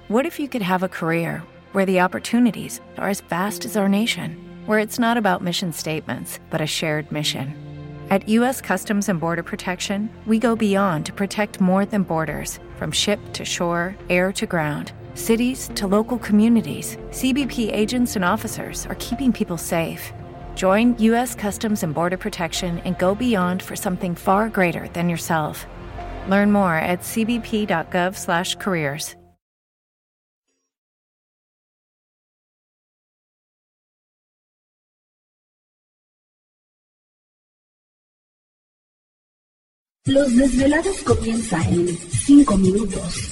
What if you could have a career where the opportunities are as vast as our nation, where it's not about mission statements, but a shared mission? At U.S. Customs and Border Protection, we go beyond to protect more than borders. From ship to shore, air to ground, cities to local communities, CBP agents and officers are keeping people safe. Join U.S. Customs and Border Protection and go beyond for something far greater than yourself. Learn more at cbp.gov/careers. Los Desvelados comienza en 5 minutos.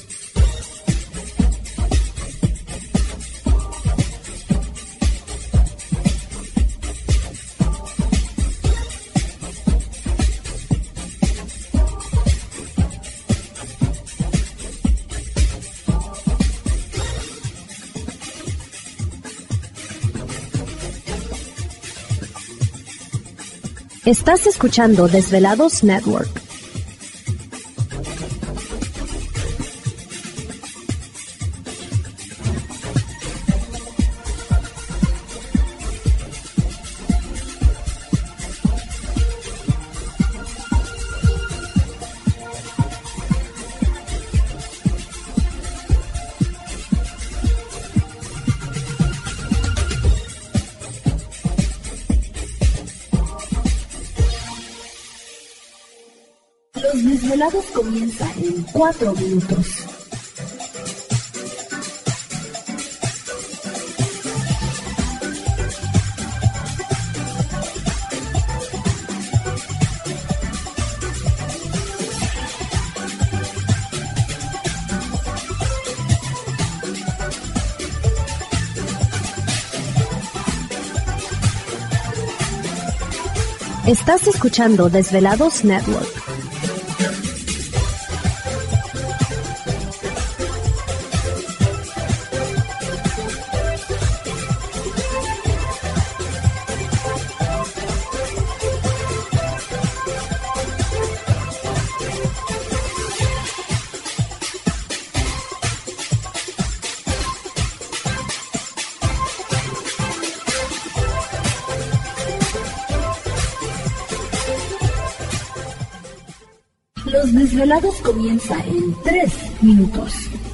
Estás escuchando Desvelados Network. Los Desvelados comienza en 4 minutos. Estás escuchando Desvelados Network. Los Desvelados comienza en 3 minutos.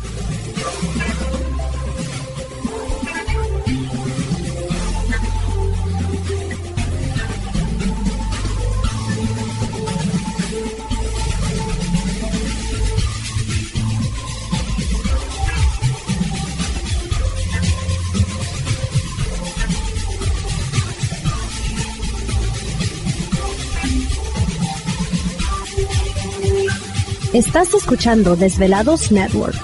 Estás escuchando Desvelados Network.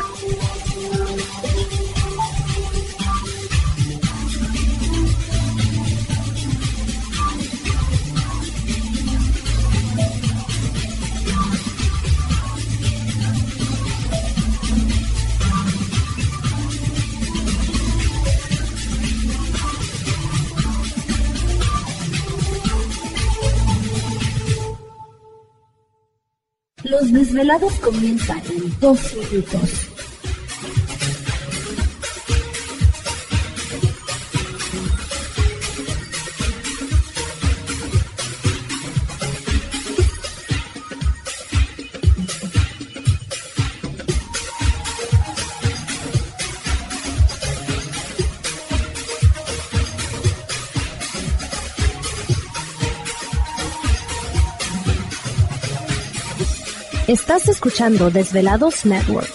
Los Desvelados comienza en 2 minutos. Estás escuchando Desvelados Network.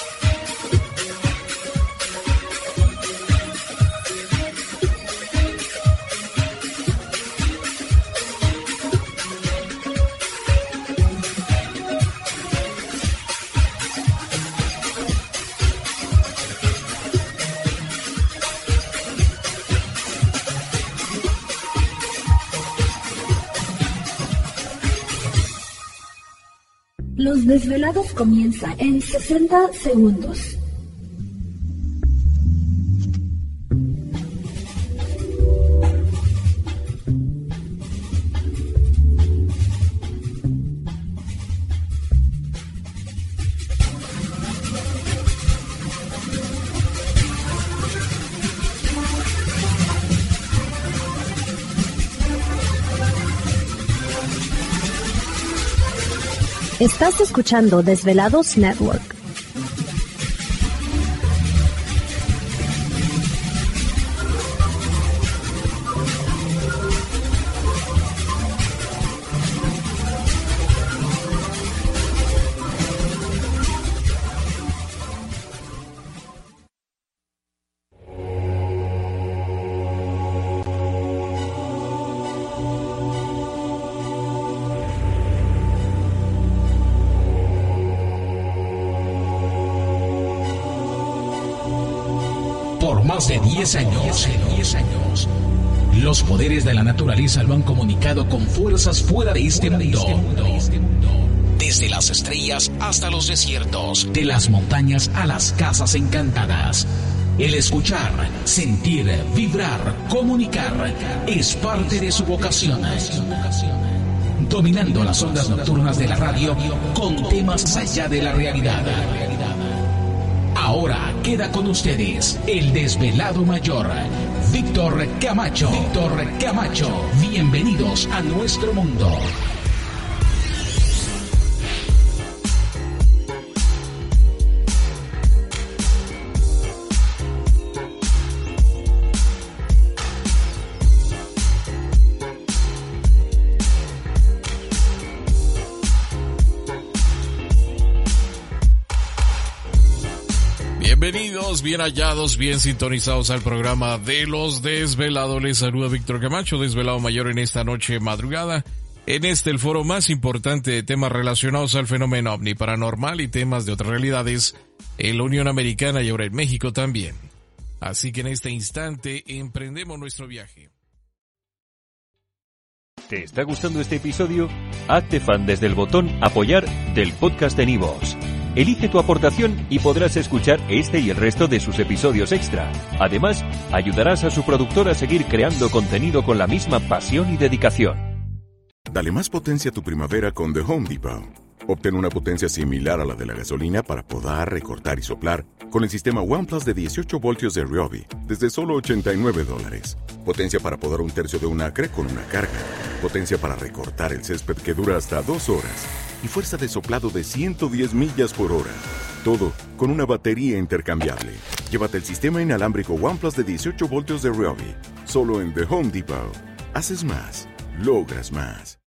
Los Desvelados comienza en 60 segundos. Estás escuchando Desvelados Network. Más de 10 años, los poderes de la naturaleza lo han comunicado con fuerzas fuera de este mundo. Desde las estrellas hasta los desiertos, de las montañas a las casas encantadas. El escuchar, sentir, vibrar, comunicar es parte de su vocación. Dominando las ondas nocturnas de la radio con temas allá de la realidad. Ahora queda con ustedes el desvelado mayor, Víctor Camacho. Bienvenidos a nuestro mundo. Bienvenidos, bien hallados, bien sintonizados al programa de Los Desvelados. Les saluda Víctor Camacho, desvelado mayor en esta noche madrugada. En el foro más importante de temas relacionados al fenómeno ovni paranormal y temas de otras realidades en la Unión Americana y ahora en México también. Así que en este instante emprendemos nuestro viaje. ¿Te está gustando este episodio? Hazte fan desde el botón Apoyar del podcast de iVoox. Elige tu aportación y podrás escuchar este y el resto de sus episodios extra. Además, ayudarás a su productor a seguir creando contenido con la misma pasión y dedicación. Dale más potencia a tu primavera con The Home Depot. Obtén una potencia similar a la de la gasolina para podar, recortar y soplar con el sistema OnePlus de 18 voltios de Ryobi desde solo $89. Potencia para podar un tercio de un acre con una carga. Potencia para recortar el césped que dura hasta 2 horas. Y fuerza de soplado de 110 millas por hora. Todo con una batería intercambiable. Llévate el sistema inalámbrico OnePlus de 18 voltios de Ryobi. Solo en The Home Depot. Haces más. Logras más.